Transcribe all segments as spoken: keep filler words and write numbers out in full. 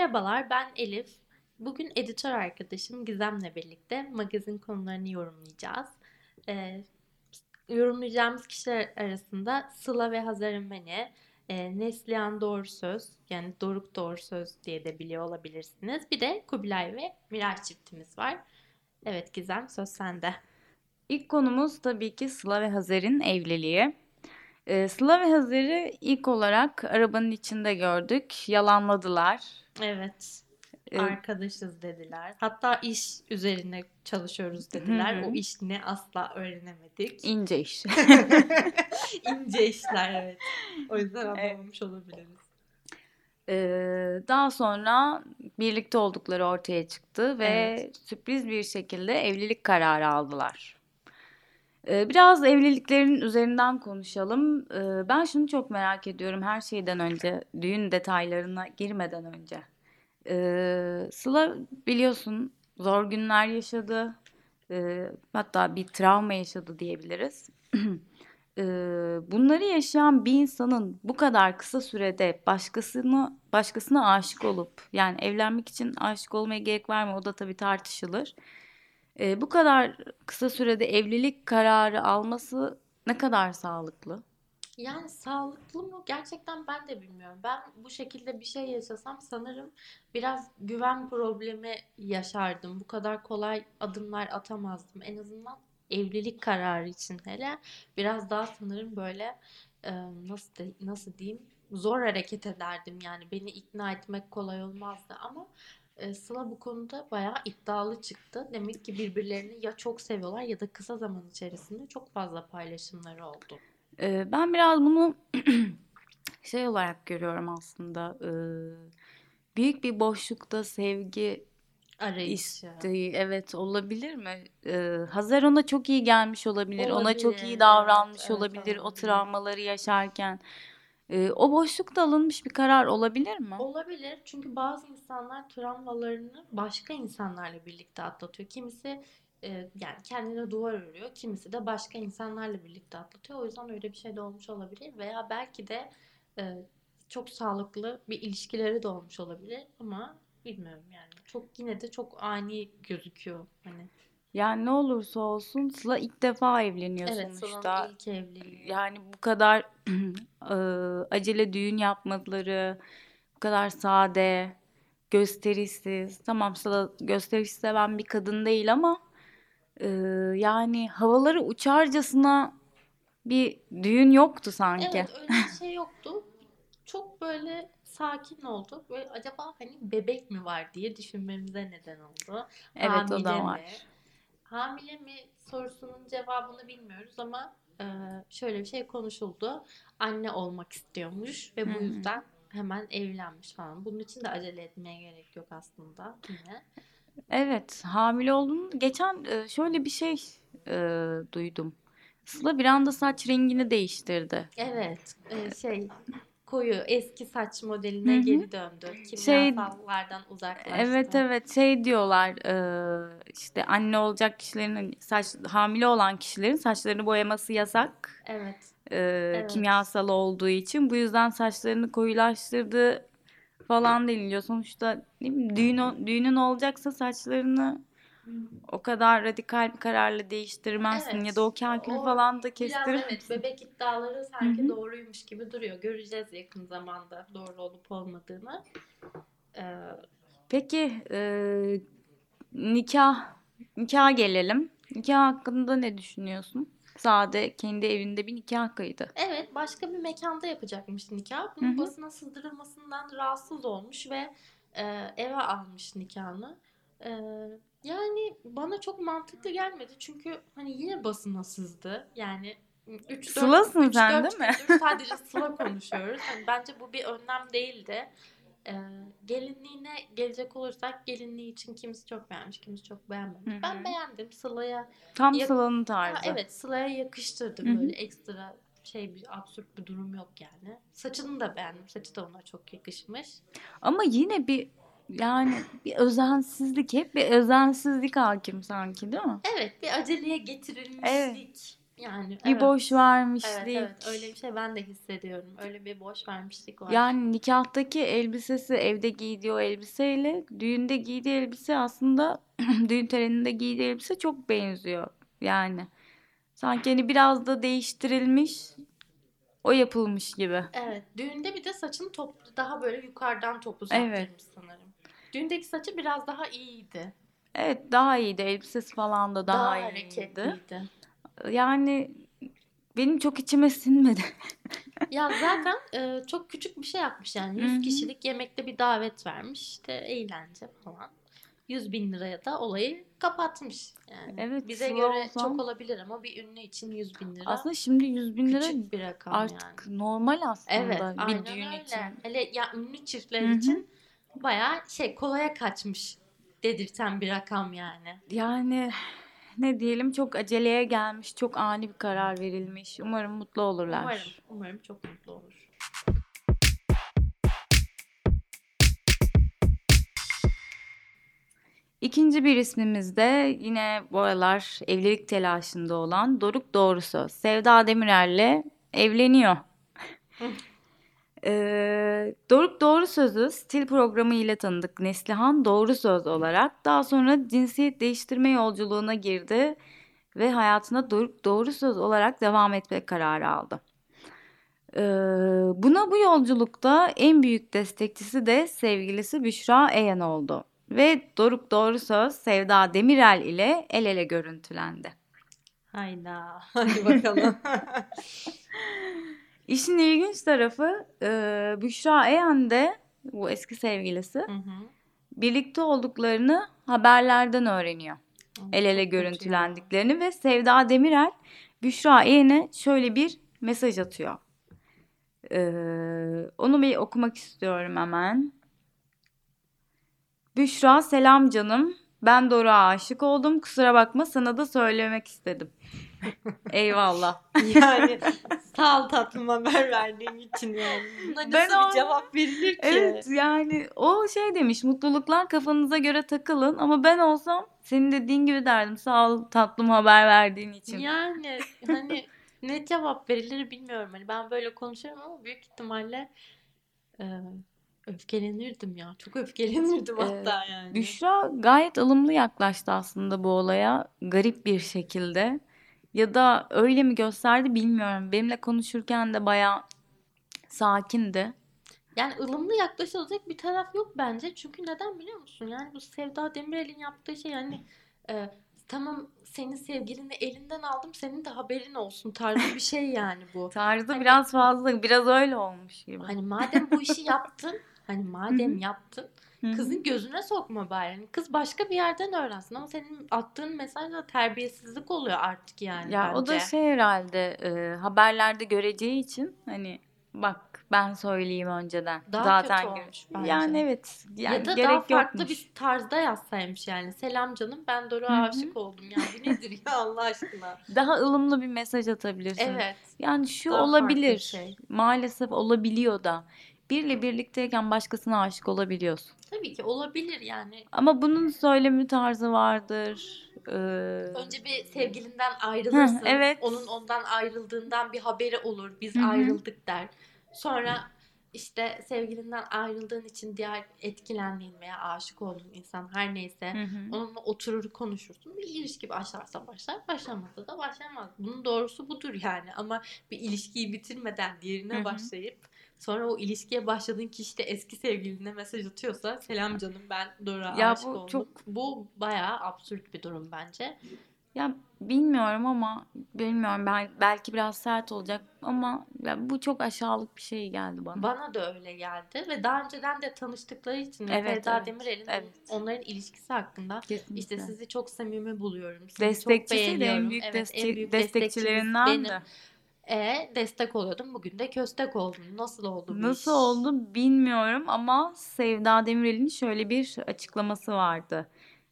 Merhabalar, ben Elif. Bugün editör arkadaşım Gizem'le birlikte magazin konularını yorumlayacağız. Ee, Yorumlayacağımız kişiler arasında Sıla ve Hazar Ümeni, e, Neslihan Doğrusöz, yani Doruk Doğrusöz diye de biliyor olabilirsiniz. Bir de Kubilay ve Miraç çiftimiz var. Evet Gizem, söz sende. İlk konumuz tabii ki Sıla ve Hazer'in evliliği. Ee, Sıla ve Hazer'i ilk olarak arabanın içinde gördük. Yalanladılar. Evet, Ee, arkadaşız dediler. Hatta iş üzerine çalışıyoruz hı dediler. O hı, iş ne asla öğrenemedik. ince iş. İnce işler, evet. O yüzden Evet. anlamamış olabiliriz. Ee, daha sonra birlikte oldukları ortaya çıktı Evet. ve sürpriz bir şekilde evlilik kararı aldılar. Ee, biraz evliliklerin üzerinden konuşalım. Ee, ben şunu çok merak ediyorum her şeyden önce, düğün detaylarına girmeden önce. Ee, Sıla biliyorsun zor günler yaşadı. Ee, hatta bir travma yaşadı diyebiliriz. Ee, Bunları yaşayan bir insanın bu kadar kısa sürede başkasını başkasına aşık olup yani evlenmek için aşık olmaya gerek var mı? O da tabii tartışılır. Ee, bu kadar kısa sürede evlilik kararı alması ne kadar sağlıklı? Yani sağlıklı mı? Gerçekten ben de bilmiyorum. Ben bu şekilde bir şey yaşasam sanırım biraz güven problemi yaşardım. Bu kadar kolay adımlar atamazdım. En azından evlilik kararı için hele biraz daha sanırım böyle e, nasıl de- nasıl diyeyim, zor hareket ederdim. Yani beni ikna etmek kolay olmazdı ama e, Sıla bu konuda bayağı iddialı çıktı. Demek ki birbirlerini ya çok seviyorlar ya da kısa zaman içerisinde çok fazla paylaşımları oldu. Ee, ben biraz bunu şey olarak görüyorum aslında. Ee, büyük bir boşlukta sevgi Arayışı. isteği, evet, olabilir mi? Ee, Hazar ona çok iyi gelmiş olabilir, ona çok iyi Olabilir. Evet, davranmış evet olabilir o olabilir. travmaları yaşarken. Ee, o boşlukta alınmış bir karar olabilir mi? Olabilir çünkü bazı insanlar travmalarını başka insanlarla birlikte atlatıyor. Kimisi e, yani kendine duvar örüyor, kimisi de başka insanlarla birlikte atlatıyor. O yüzden öyle bir şey de olmuş olabilir veya belki de e, çok sağlıklı bir ilişkileri de olmuş olabilir ama bilmiyorum yani. Çok yine de çok ani gözüküyor hani. Yani ne olursa olsun Sıla ilk defa evleniyor Evet, Sıla'nın sonuçta. ilk evliliği. Yani bu kadar eee, acele düğün yapmaları, bu kadar sade, gösterişsiz. Tamam, Sıla gösteriş seven bir kadın değil ama eee, yani havaları uçarcasına bir düğün yoktu sanki. Evet, öyle bir şey yoktu. Çok böyle sakin oldu. Böyle acaba hani bebek mi var diye düşünmemize neden oldu. Evet, o Hamile da mi? var. Hamile mi sorusunun cevabını bilmiyoruz ama e, şöyle bir şey konuşuldu. Anne olmak istiyormuş Hı ve bu hı. yüzden hemen evlenmiş falan. Bunun için de acele etmeye gerek yok aslında yine. Evet, hamile olduğunu geçen e, şöyle bir şey e, duydum. Sıla bir anda saç rengini değiştirdi. Evet, e, şey koyu eski saç Hı modeline hı. geri döndü. Şey, Kimyasallardan evet uzaklaştı. evet, şey diyorlar, e, işte anne olacak kişilerin hani saç hamile olan kişilerin saçlarını boyaması yasak. Evet, E, evet. kimyasal olduğu için bu yüzden saçlarını koyulaştırdı falan deniliyor. Sonuçta değil mi? Düğün, o- düğünün olacaksa saçlarını o kadar radikal bir kararla değiştirmezsin ya da Evet, o kakülü o falan da biraz kestirir evet misin? bebek iddiaları Hı sanki hı. doğruymuş gibi duruyor. Göreceğiz yakın zamanda doğru olup olmadığını. Ee, Peki e, nikah nikah gelelim. Nikah hakkında ne düşünüyorsun? Sade kendi evinde bir nikah kıydı. evet, başka bir mekanda yapacakmış nikah. Hı Bunun hı. basına sızdırılmasından rahatsız olmuş ve e, eve almış nikahını. Ee, Yani bana çok mantıklı gelmedi çünkü hani yine basına sızdı. Yani üç dört Sıla'sın üç sen değil dört mi? gündür sadece Sıla konuşuyoruz. Hani bence bu bir önlem değildi. Ee, Gelinliğine gelecek olursak gelinliği için kimisi çok beğenmiş, kimisi çok Hı beğenmemiş. Ben hı. beğendim. Sıla'ya Tam yak Sıla'nın ha, tarzı. evet Sıla'ya Hı yakıştırdım, hı. böyle ekstra şey bir absürt bir durum yok yani. Saçını da beğendim. Saçı da ona çok yakışmış. Ama yine bir yani bir özensizlik, hep bir özensizlik hakim sanki değil mi? Evet, bir aceleye Evet. getirilmişlik. Yani Bir boş evet. Evet vermişlik. evet öyle bir şey ben de hissediyorum. Öyle bir boş vermişlik var. Yani nikahtaki elbisesi evde giydiği o elbiseyle düğünde giydiği elbise aslında düğün töreninde giydiği elbise çok benziyor. Yani sanki hani biraz da değiştirilmiş, o yapılmış gibi. Evet. Düğünde bir de saçını toplu daha böyle yukarıdan top Evet. uzattırmış sanırım. Düğündeki saçı biraz daha iyiydi. Evet, daha iyiydi. Elbisesi falan da daha Daha iyiydi. hareketliydi. Yani benim çok içime sinmedi. Ya zaten e, çok küçük bir şey yapmış yani. Hı yüz hı. kişilik yemekte bir davet vermiş. İşte eğlence falan. yüz bin liraya da olayı kapatmış. Yani Evet, bize Sıla göre çok olsam olabilir ama bir ünlü için yüz bin lira aslında şimdi yüz bin lira küçük bir rakam yani. artık normal Evet, aslında bir aynen düğün öyle. için. Hele ya ünlü çiftler Hı hı. için bayağı şey kolaya kaçmış dedirten bir rakam yani. Yani ne diyelim, çok aceleye gelmiş, çok ani bir karar verilmiş. Umarım mutlu Umarım, olurlar. umarım çok mutlu olur. İkinci bir ismimiz de yine bu aralar evlilik telaşında olan Doruk Doğrusöz. Sevda Demirer'le evleniyor. Ee, Doruk Doğrusöz'ü stil programı ile tanıdık Neslihan Doğrusöz olarak daha sonra cinsiyet değiştirme yolculuğuna girdi ve hayatına Doruk Doğrusöz olarak devam etme kararı aldı. Ee, Buna bu yolculukta en büyük destekçisi de sevgilisi Büşra Eyen oldu. Ve Doruk Doğrusöz Sevda Demirel ile el ele görüntülendi. Hayda, hadi bakalım. İşin ilginç tarafı e, Büşra Eyen de bu eski sevgilisi Hı hı. birlikte olduklarını haberlerden öğreniyor. Ay, El ele çok kötü ya. görüntülendiklerini ve Sevda Demirel Büşra Eyen'e şöyle bir mesaj atıyor. Ee, onu bir okumak istiyorum hemen. Büşra, selam canım. Ben Doruk'a aşık oldum. Kusura bakma, sana da söylemek istedim. Eyvallah. Yani sağ ol tatlım haber verdiğin için yani. Buna Ben nasıl bir o cevap verilir evet, ki? yani o şey demiş, mutluluklar kafanıza göre takılın, ama ben olsam senin dediğin gibi derdim. Sağ ol tatlım haber verdiğin için. Yani hani ne cevap verilir bilmiyorum. Hani ben böyle konuşuyorum ama büyük ihtimalle e, öfkelenirdim ya. Çok öfkelenirdim Ee, hatta yani. Büşra gayet ılımlı yaklaştı aslında bu olaya, garip bir şekilde. Ya da öyle mi gösterdi bilmiyorum. Benimle konuşurken de bayağı sakindi. Yani ılımlı yaklaşılacak bir taraf yok bence. Çünkü neden biliyor musun? Yani bu Sevda Demirel'in yaptığı şey yani e, tamam senin sevgilini elinden aldım senin de haberin olsun tarzı bir şey yani bu. Tarzı Hani biraz fazla, biraz öyle olmuş gibi. hani madem bu işi yaptın, hani Hı madem hı, yaptın hı hı. kızın gözüne sokma bari. Yani kız başka bir yerden öğrensin ama senin attığın mesajla terbiyesizlik oluyor artık yani Ya o da bence. şey herhalde, e, haberlerde göreceği için hani bak ben söyleyeyim önceden. Daha kötü Zaten gör. olmuş Yani bence. evet, Ya yani da daha gerek farklı yokmuş. bir tarzda yazsaymış yani. Selam canım ben Hı Doruk'a hı. aşık oldum. Ya bu nedir ya Allah aşkına? Daha ılımlı bir mesaj atabilirsin. Evet. Yani şu Daha farklı bir olabilir. şey. Maalesef olabiliyor da. Biriyle birlikteyken başkasına aşık olabiliyorsun. Tabii ki olabilir yani. Ama bunun söylemi tarzı vardır. Ee, Önce bir sevgilinden heh, ayrılırsın. Onun evet. ondan ayrıldığından bir haberi olur. Biz Hı hı. ayrıldık der. Sonra işte sevgilinden ayrıldığın için diğer etkilendiğin veya aşık olduğun insan her neyse Hı hı. onunla oturur konuşursun. Bir ilişki başlarsa başlar, başlamazsa da başlamaz. Bunun doğrusu budur yani. Ama bir ilişkiyi bitirmeden Hı diğerine hı. başlayıp sonra o ilişkiye başladığın kişi de eski sevgiline mesaj atıyorsa selam canım ben Dora Ya aşık bu çok, oldum. Bu bayağı absürt bir durum bence. ya bilmiyorum ama bilmiyorum, ben belki biraz sert olacak ama ya bu çok aşağılık bir şey geldi bana. Bana da öyle geldi ve daha önceden de tanıştıkları için ve Evet, Sevda evet. Demirel'in Evet. onların ilişkisi hakkında işte Kesinlikle. sizi çok samimi buluyorum, sizi çok Destekçisi de en beğeniyorum. büyük Evet en destek büyük destekçiniz destekçilerinden benim. de. E destek oluyordum bugün de köstek oldum. Nasıl oldu bu Nasıl iş? oldu bilmiyorum ama Sevda Demirel'in şöyle bir açıklaması vardı.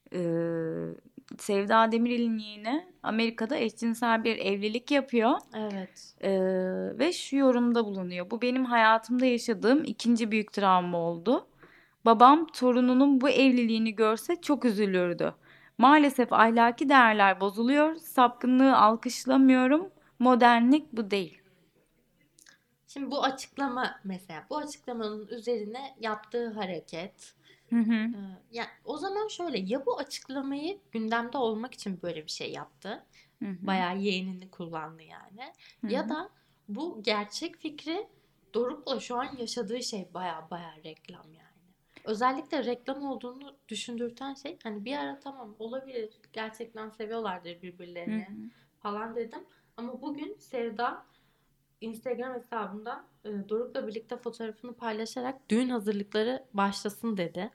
Ee, Sevda Demirel'in yeğeni Amerika'da eşcinsel bir evlilik yapıyor. Evet. Ee, Ve şu yorumda bulunuyor. Bu benim hayatımda yaşadığım ikinci büyük travma oldu. Babam torununun bu evliliğini görse çok üzülürdü. Maalesef ahlaki değerler bozuluyor. Sapkınlığı alkışlamıyorum. Modernlik bu değil. Şimdi bu açıklama mesela bu açıklamanın üzerine yaptığı hareket Hı hı. e, yani o zaman şöyle ya bu açıklamayı gündemde olmak için böyle bir şey yaptı. Hı hı. Bayağı yeğenini kullandı yani. Hı Ya hı. da bu gerçek fikri Doruk'la şu an yaşadığı şey bayağı bayağı reklam yani. Özellikle reklam olduğunu düşündürten şey hani bir ara tamam olabilir gerçekten seviyorlardır Hı birbirlerini hı. falan dedim. Ama bugün Sevda Instagram hesabından e, Doruk'la birlikte fotoğrafını paylaşarak düğün hazırlıkları başlasın dedi.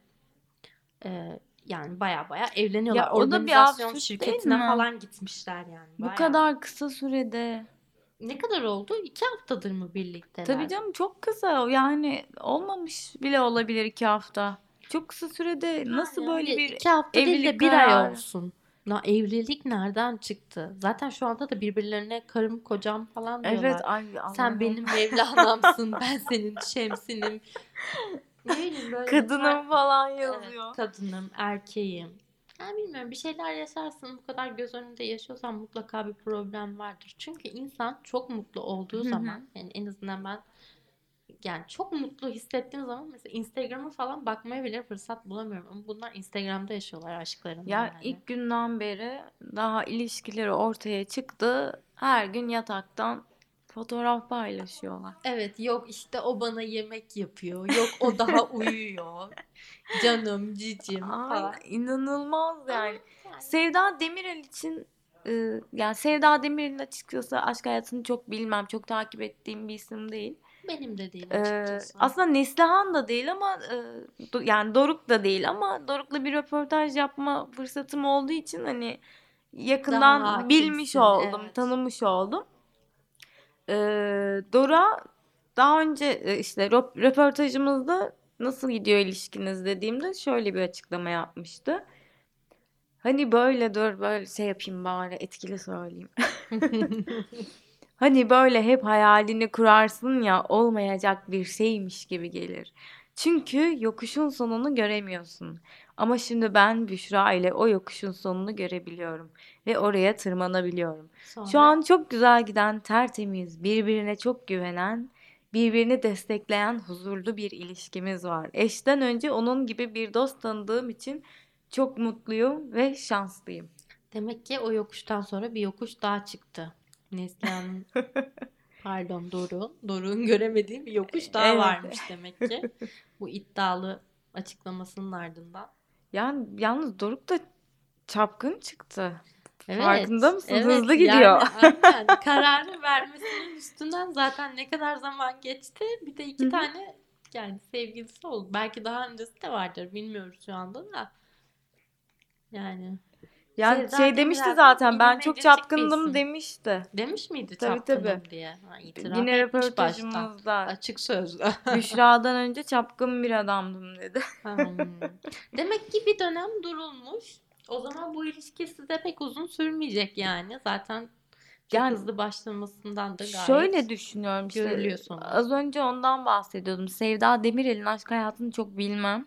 E, yani baya baya evleniyorlar. Ya o da bir Organizasyon absürt değil şirketine mi? falan gitmişler yani Bu baya. kadar kısa sürede. Ne kadar oldu? İki haftadır mı Tabii birlikteler? canım, çok kısa, yani olmamış bile olabilir iki hafta. Çok kısa sürede nasıl Yani hadi böyle bir iki hafta değil evlilik de bir ay kararı? olsun. Na, evlilik nereden çıktı? Zaten şu anda da birbirlerine karım kocam falan Evet, diyorlar. ay Sen Allah'ım. benim Mevlana'msın, ben senin şemsinim. Ne bileyim böyle bu tarz. Kadınım falan Evet, yazıyor. kadınım, erkeğim. Yani bilmiyorum bir şeyler yaşarsın bu kadar göz önünde yaşıyorsan mutlaka bir problem vardır. Çünkü insan çok mutlu olduğu Hı hı. zaman yani en azından ben yani çok mutlu hissettiğim zaman mesela Instagram'a falan bakmaya bile fırsat bulamıyorum. Ama bunlar Instagram'da yaşıyorlar aşklarını Ya yani. ilk günden beri daha ilişkileri ortaya çıktı. Her gün yataktan fotoğraf paylaşıyorlar. Evet yok işte o bana yemek yapıyor. Yok o daha uyuyor. Canım, cicim Aynen, falan. inanılmaz Ama yani. yani Sevda Demirel için e, yani Sevda Demirel'in açıkçası aşk hayatını çok bilmem, çok takip ettiğim bir isim değil. benim de değil E, açıkçası. aslında Neslihan da değil ama e, Do- yani Doruk da değil ama Doruk'la bir röportaj yapma fırsatım olduğu için hani Daha yakından bilmiş hakimsin oldum, evet. tanımış oldum. E, Doruk'a daha önce e, işte röp- röportajımızda nasıl gidiyor ilişkiniz dediğimde şöyle bir açıklama yapmıştı. Hani böyle dur, böyle şey yapayım bari, etkili söyleyeyim. Hani böyle hep hayalini kurarsın ya, olmayacak bir şeymiş gibi gelir. Çünkü yokuşun sonunu göremiyorsun. Ama şimdi ben Büşra ile o yokuşun sonunu görebiliyorum ve oraya tırmanabiliyorum. Şu Sonra an çok güzel giden, tertemiz, birbirine çok güvenen, birbirini destekleyen huzurlu bir ilişkimiz var. Eşten önce onun gibi bir dost tanıdığım için çok mutluyum ve şanslıyım. demek ki o yokuştan sonra bir yokuş daha çıktı. Neslihan'ın pardon Doruk'un Doruk'un göremediği bir yokuş daha Evet. varmış demek ki. Bu iddialı açıklamasının ardından. Yani yalnız Doruk da çapkın çıktı. Farkında Evet, mısın? evet Hızlı gidiyor. yani aynen kararı vermesinin üstünden zaten ne kadar zaman geçti. Bir de Hı iki hı. tane yani sevgilisi oldu. Belki daha öncesi de vardır bilmiyoruz şu anda da. Yani Yani Sevda şey demişti Demirel de zaten, yine ben çok medyatik bir çapkındım isim. demişti. Demiş miydi Tabii tabii. çapkınım diye? Ha, itiraf Yine etmiş baştan. röportajımızda Açık sözlü. Büşra'dan önce çapkın bir adamdım dedi. Hmm. Demek ki bir dönem durulmuş. O zaman bu ilişkisi de pek uzun sürmeyecek yani. Zaten çok Yani hızlı başlamasından da şöyle gayet düşünüyorum, işte görülüyor sonu. az önce ondan bahsediyordum. Sevda Demirel'in aşk hayatını çok bilmem.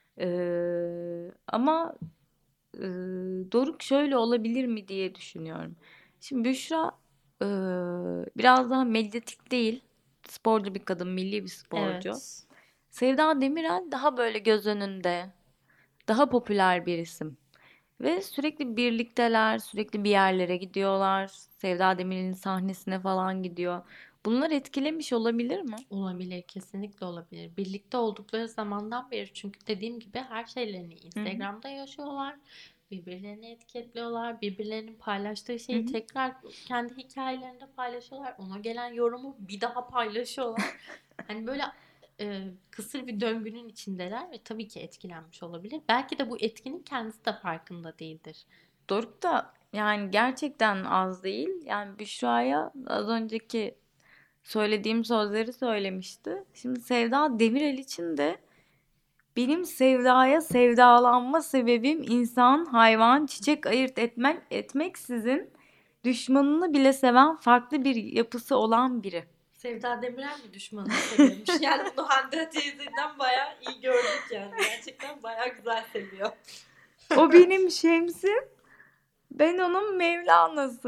Ee, ama e, Doruk şöyle olabilir mi diye düşünüyorum. Şimdi Büşra e, biraz daha medyatik değil. Sporcu bir kadın, milli bir sporcu. Evet. Sevda Demirel daha böyle göz önünde, daha popüler bir isim. Ve sürekli birlikteler, sürekli bir yerlere gidiyorlar. Sevda Demirel'in sahnesine falan gidiyor. Bunlar etkilemiş olabilir mi? Olabilir, kesinlikle olabilir. Birlikte oldukları zamandan beri çünkü dediğim gibi her şeylerini Hı hı. Instagram'da yaşıyorlar. Birbirlerini etiketliyorlar. Birbirlerinin paylaştığı Hı şeyi hı. tekrar kendi hikayelerinde paylaşıyorlar. Ona gelen yorumu bir daha paylaşıyorlar. Hani böyle e, kısır bir döngünün içindeler ve tabii ki etkilenmiş olabilir. Belki de bu etkinin kendisi de farkında değildir. Doruk da yani gerçekten az değil. Yani Büşra'ya az önceki söylediğim sözleri söylemişti. Şimdi Sevda Demirel için de benim Sevda'ya sevdalanma sebebim insan, hayvan, çiçek ayırt etmek etmeksizin düşmanını bile seven farklı bir yapısı olan biri. Sevda Demirel mi düşmanını seviyormuş? Yani bunu Hande teyzeden bayağı iyi gördük yani. Gerçekten bayağı güzel seviyor. O benim Şemsim, ben onun Mevlana'sı.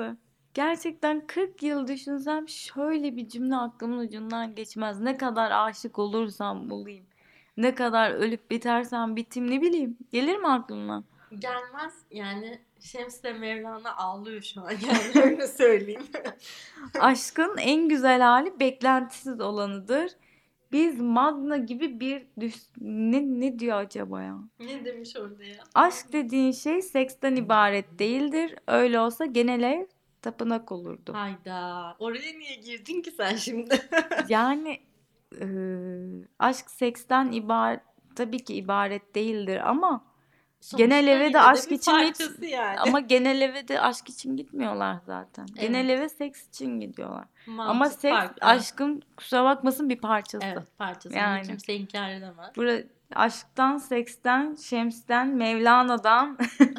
Gerçekten kırk yıl düşünsem şöyle bir cümle aklımın ucundan geçmez. Ne kadar aşık olursam olayım. Ne kadar ölüp bitersem biteyim, ne bileyim. Gelir mi aklına? Gelmez yani, Şems de Mevlana ağlıyor şu an yani, öyle söyleyeyim. Aşkın en güzel hali beklentisiz olanıdır. Biz Magna gibi bir düş... Ne, ne diyor acaba ya? Ne demiş orada ya? Aşk dediğin şey seksten ibaret değildir. Öyle olsa genel ev tapınak olurdu. Hayda. Oraya niye girdin ki sen şimdi? Yani eee, aşk seksten ibaret tabii ki ibaret değildir ama genel Sonuçta eve de yine de aşk bir için git parçası yani. ama genel eve de aşk için gitmiyorlar zaten. Genel Evet. eve seks için gidiyorlar. Ama Mantık seks farklı. aşkın kusura bakmasın bir parçası. Evet, parçası. Bunu Yani kimse inkar edemez. burada aşktan, seksten, Şems'ten, Mevlana'dan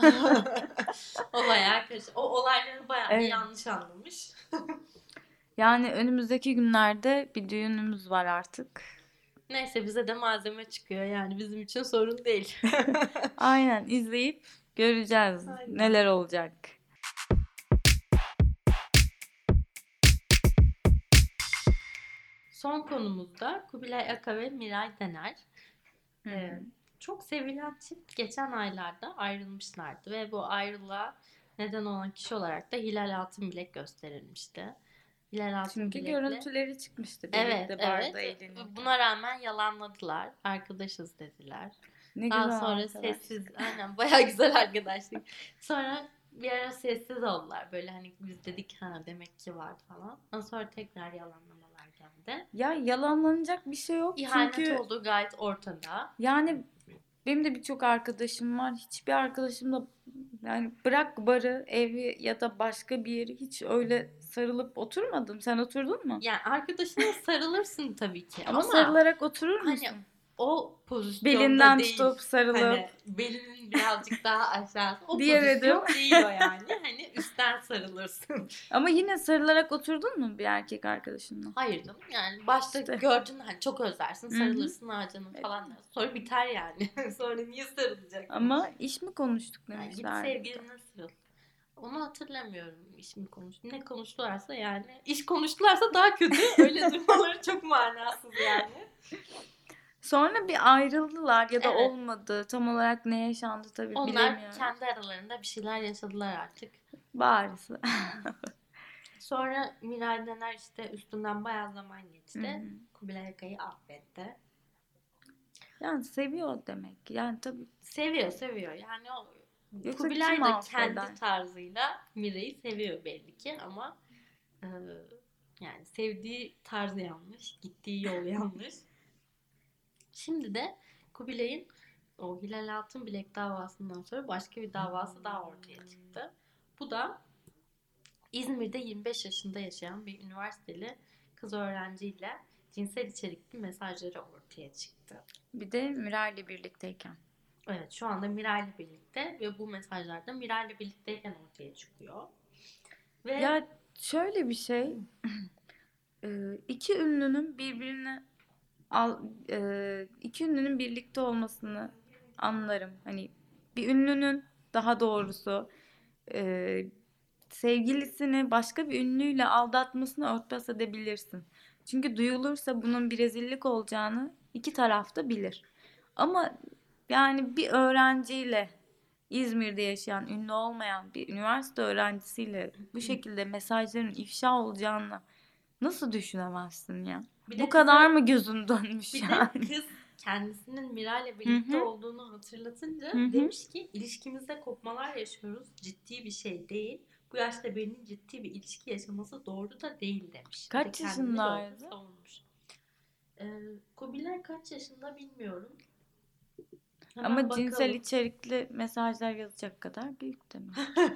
O bayağı karışık. O olayları bayağı bir evet. yanlış anlamış. Yani önümüzdeki günlerde bir düğünümüz var artık. Neyse, bize de malzeme çıkıyor yani, bizim için sorun değil. Aynen izleyip göreceğiz Aynen. neler olacak. Son konumuzda Kubilay Aka ve Miray Dener. Hı hı. Ee, çok sevilen çift geçen aylarda ayrılmışlardı ve bu ayrılığa neden olan kişi olarak da Hilal Altınbilek gösterilmişti. Hilal Çünkü Altınbilek'le, görüntüleri çıkmıştı evet birlikte barda evet, eğlenirken. buna rağmen yalanladılar. Arkadaşız dediler. Ne Daha güzel sonra sessiz, arkadaşlık. aynen, bayağı güzel arkadaşlık. Sonra bir ara sessiz oldular. Böyle hani biz dedik ha, demek ki var falan. Ondan sonra tekrar yalanlamalar geldi. Ya yalanlanacak bir şey yok İhanet çünkü olduğu gayet ortada. yani benim de birçok arkadaşım var. Hiçbir arkadaşım da yani bırak barı, evi ya da başka bir yeri hiç öyle sarılıp oturmadım. Sen oturdun mu? Yani arkadaşına sarılırsın tabii ki Ama ama sarılarak oturur hani musun? o pozisyonda Belinden değil. tutup sarılıp Hani belinin birazcık daha aşağısı. O diğer adım. pozisyon değil o yani. Hani üstten sarılırsın. Ama yine sarılarak oturdun mu bir erkek arkadaşınla? Hayır canım, yani başta İşte. gördün hani çok özlersin, Hı hı. sarılırsın ağacının falan dersin. Sonra biter yani. Sonra niye sarılacaksın? Ama iş mi konuştuk Yani git demişlerdi. sevgiline sarıl. Onu hatırlamıyorum, iş mi konuştu. Ne konuştularsa yani. İş konuştularsa daha kötü. Öyle durmaları çok manasız yani. Sonra bir ayrıldılar ya da Evet. olmadı. Tam olarak ne yaşandı tabii Onlar bilemiyorum. kendi aralarında bir şeyler yaşadılar artık. Bariz. Sonra Miray Dener işte üstünden bayağı zaman Hı geçti. hı. Kubilay Aka'yı affetti. Yani seviyor demek. Yani tabii. Seviyor seviyor. Yani o Yoksa Kubilay kim da kendi affeder? tarzıyla Miray'ı seviyor belli ki ama e, yani sevdiği tarz yanlış, gittiği yol yanlış. Şimdi de Kubilay'ın o Hilal Altınbilek davasından sonra başka bir davası daha ortaya çıktı. Bu da İzmir'de yirmi beş yaşında yaşayan bir üniversiteli kız öğrenciyle cinsel içerikli mesajları ortaya çıktı. Bir de Miray'la birlikteyken. Evet, şu anda Miray'la birlikte ve bu mesajlar da Miray'la birlikteyken ortaya çıkıyor. Ve Ya şöyle bir şey. e, iki ünlünün birbirine al, e, iki ünlünün birlikte olmasını anlarım. Hani bir ünlünün daha doğrusu e, sevgilisini başka bir ünlüyle aldatmasını örtbas edebilirsin. Çünkü duyulursa bunun bir rezillik olacağını iki taraf da bilir. Ama yani bir öğrenciyle İzmir'de yaşayan, ünlü olmayan bir üniversite öğrencisiyle bu şekilde mesajların ifşa olacağını nasıl düşünemezsin ya? bir Bu de kadar kızı mı gözün dönmüş bir de yani? kız kendisinin Miray'la Hı birlikte hı, olduğunu hatırlatınca hı hı. demiş ki ilişkimizde kopmalar yaşıyoruz. Ciddi bir şey değil. Bu yaşta birinin ciddi bir ilişki yaşaması doğru da değil demiş. Bir de Kaç kendini de orada yaşındaydı? savunmuş. Ee, Kubilay kaç yaşında bilmiyorum. Hemen Ama cinsel bakalım. içerikli mesajlar yazacak kadar büyük demek.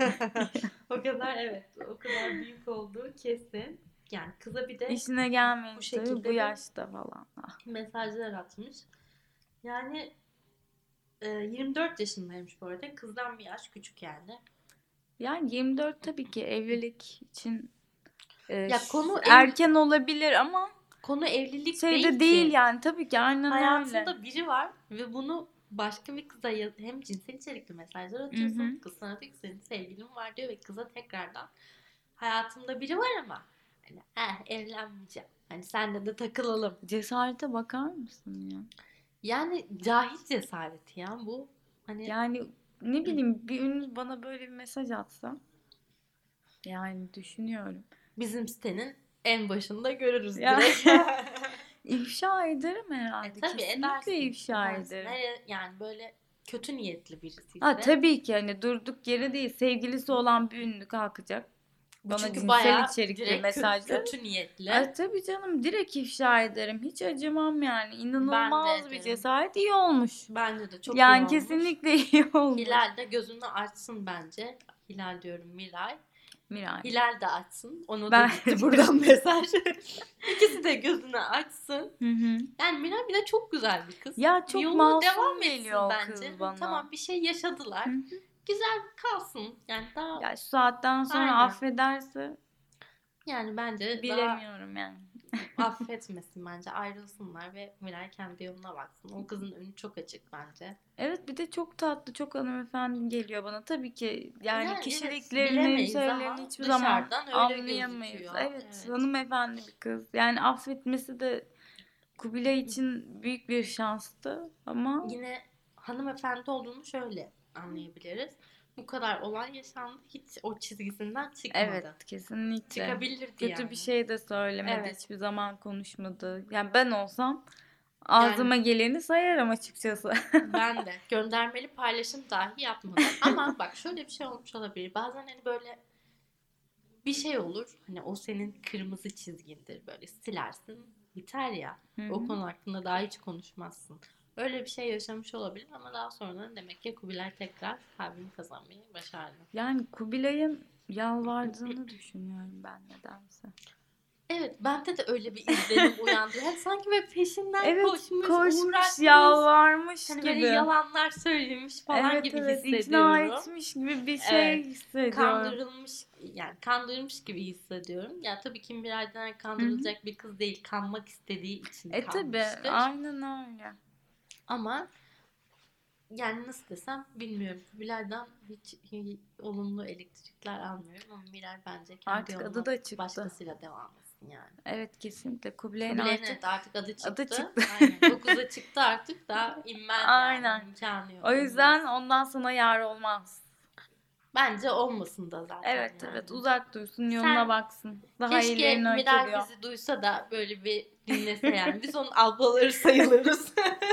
O kadar, evet, o kadar büyük olduğu kesin. Yani kıza bir de İşine bu gelmeyince tabii bu şekilde de yaşta falan. Ah. mesajlar atmış. Yani e, yirmi dört yaşındaymış bu arada. Kızdan bir yaş küçük yani. Yani yirmi dört tabii ki evlilik için e, Ya ş- konu ev erken olabilir ama konu evlilik şeyde değil değil ki. yani tabii ki aynen öyle. Hayatında biri var ve bunu başka bir kıza ya- hem cinsel içerikli mesajlar Hı hı. atıyorsun. Kız sana diyor ki senin sevgilin var diyor ve kıza tekrardan hayatımda biri var ama hani eh, evlenmeyeceğim. Hani senle de takılalım. Cesarete bakar mısın ya? Yani cahil cesareti ya bu. Hani Yani ne bileyim, bir ünlü bana böyle bir mesaj atsa, yani düşünüyorum. bizim sitenin en başında görürüz Ya direkt. ifşa ederim E herhalde. tabii Kesinlikle edersin. ifşa Edersin. ederim. Hele yani böyle kötü niyetli birisi Ha ise. tabii ki, hani durduk yere değil, sevgilisi olan bir ünlü kalkacak Bu bana çünkü cinsel bayağı içerikli direkt kö- mesajlar. kötü niyetli. Ay tabii canım, direkt ifşa ederim. Hiç acımam yani. Ben de İnanılmaz bir ederim. cesaret, iyi olmuş. Bence de çok iyi Yani olmuş. kesinlikle iyi olmuş. Hilal de gözünü açsın bence. Hilal diyorum, Miray. Miray. Hilal de açsın. Ona da Ben gitti buradan mesaj. İkisi de gözünü açsın. Hı hı. Yani Miray bir de çok güzel bir kız. Ya çok Yoluna masum devam etsin geliyor o bence. kız bana. Tamam, bir şey yaşadılar. Hı hı. Güzel kalsın. Yani daha Ya şu saatten sonra aynen. affederse Yani bence daha bilemiyorum yani. affetmesin bence. Ayrılsınlar ve Miray kendi yoluna baksın. O kızın önü çok açık bence. Evet, bir de çok tatlı, çok hanımefendi geliyor bana. Tabii ki yani Yani evet, kişiliklerini, bilemeyiz şeylerini ama hiçbir zaman dışarıdan öyle anlayamayız. gözüküyor. Evet, Evet. hanımefendi bir kız. Yani affetmesi de Kubilay için büyük bir şanstı ama Yine hanımefendi olduğunu şöyle anlayabiliriz. Bu kadar olay yaşandı. Hiç o çizgisinden çıkmadı. evet, kesinlikle. Çıkabilirdi Kötü yani. bir şey de söylemedi, Evet. hiçbir zaman konuşmadı. Yani ben olsam Yani ağzıma geleni sayarım açıkçası. ben de göndermeli paylaşım dahi yapmadım. Ama bak şöyle bir şey olmuş olabilir. Bazen hani böyle bir şey olur. Hani o senin kırmızı çizgindir. Böyle silersin. Biter ya. Hı O hı. konu hakkında daha hiç konuşmazsın. Öyle bir şey yaşamış olabilir ama daha sonra demek ki Kubilay tekrar kalbini kazanmayı başardı. Yani Kubilay'ın yalvardığını düşünüyorum ben nedense. Evet, bende de öyle bir izlenim uyandı. Hani sanki böyle peşinden Evet, koşmuş, koşmuş, uğraşmış. yalvarmış Hani böyle gibi. yalanlar söylemiş falan Evet gibi evet, ikna hissediyorum. etmiş gibi bir Evet. şey hissediyorum. Kandırılmış, yani kandırmış gibi hissediyorum. Ya tabii Kim Biray'dan Hı hı. kandırılacak bir kız değil. Kanmak istediği için E tabii, kanmıştır. aynen öyle. Ama yani nasıl desem bilmiyorum. Kubilay'dan hiç, hiç olumlu elektrikler almıyorum ama Miray bence kendi Artık yoluna adı da çıktı. başkasıyla devam etsin yani. Evet, kesinlikle. Kubilay'ın Kubilay'ın artık evet artık adı çıktı. adı çıktı. Aynen. dokuza çıktı artık da inmez yani. Aynen. İmkanı yok. O yüzden inmez. ondan sana yar olmaz. Bence olmasın da zaten Evet yani. evet, uzak dursun, yoluna Sen baksın. Daha keşke iyilerini hak Miray ediyor. bizi duysa da böyle bir dinlese yani. Biz onun ablaları sayılırız.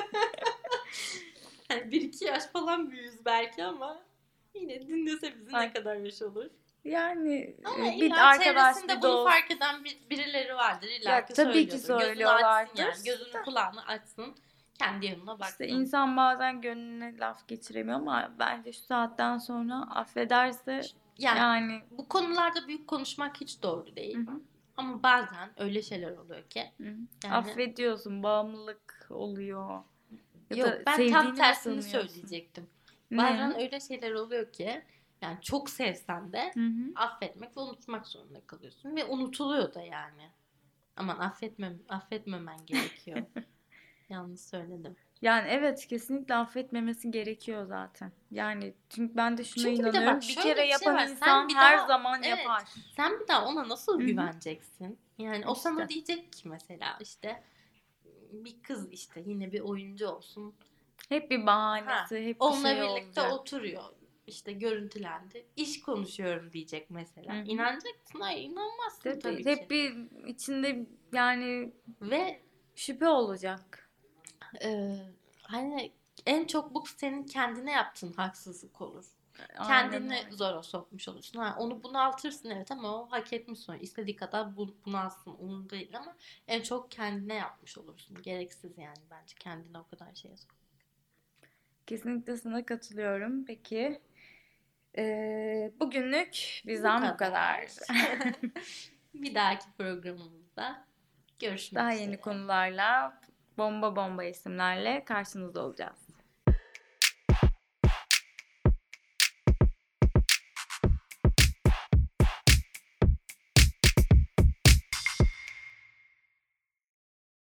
Yani bir iki yaş falan büyüğüz belki ama yine dinlese bizi Ay. ne kadar yaş olur. Yani Ama e, bir illa arkadaş, çevresinde bir bunu dost. fark eden bir, birileri vardır. İlla Ya ki tabii ki söylüyordur. Gözünü açsın söylüyorlardır. yani. Gözünü kulağını açsın. Kendi yanına İşte baksın. insan bazen gönlüne laf geçiremiyor ama bence şu saatten sonra affederse Yani yani. bu konularda büyük konuşmak hiç doğru Hı değil. hı, Ama bazen öyle şeyler oluyor ki hı. yani Affediyorsun, bağımlılık oluyor. Ya yok, da ben tam sevdiğini mi tersini sanıyorsun? söyleyecektim. Ne? Bazen öyle şeyler oluyor ki yani çok sevsen de Hı hı. affetmek ve unutmak zorunda kalıyorsun ve unutuluyor da yani. Aman affetmem affetmemen gerekiyor. Yanlış söyledim. Yani evet, kesinlikle affetmemesi gerekiyor zaten. Yani çünkü ben de şuna Çünkü bir de bak inanıyorum. Bir şöyle kere bir şey yapan var. Sen insan bir her daha zaman evet yapar. sen bir daha ona nasıl Hı hı. güveneceksin? Yani o sana İşte. diyecek ki mesela işte bir kız işte yine bir oyuncu olsun. Hep bir Ha, bahanesi, hep bir onunla şey birlikte olacak. oturuyor. İşte görüntülendi. İş konuşuyorum diyecek Hı mesela. hı. İnanacak mısın? Hayır, inanmazsın Tabii, tabii hep ki. bir içinde yani Ve şüphe olacak. e, hani en çok bu senin kendine yaptığın haksızlık olur. Aynen Kendini öyle. zora sokmuş olursun. Ha, onu bunaltırsın evet ama o hak etmiş sonra. İstediği kadar bu, bunalsın onun değil ama en çok kendine yapmış olursun. Gereksiz yani bence kendine o kadar şeye sok. Kesinlikle sana katılıyorum. Peki, eee, bugünlük Bu bizden bu kadar. kadar. Bir dahaki programımızda görüşmek Daha yeni üzere. konularla, bomba bomba isimlerle karşınızda olacağız.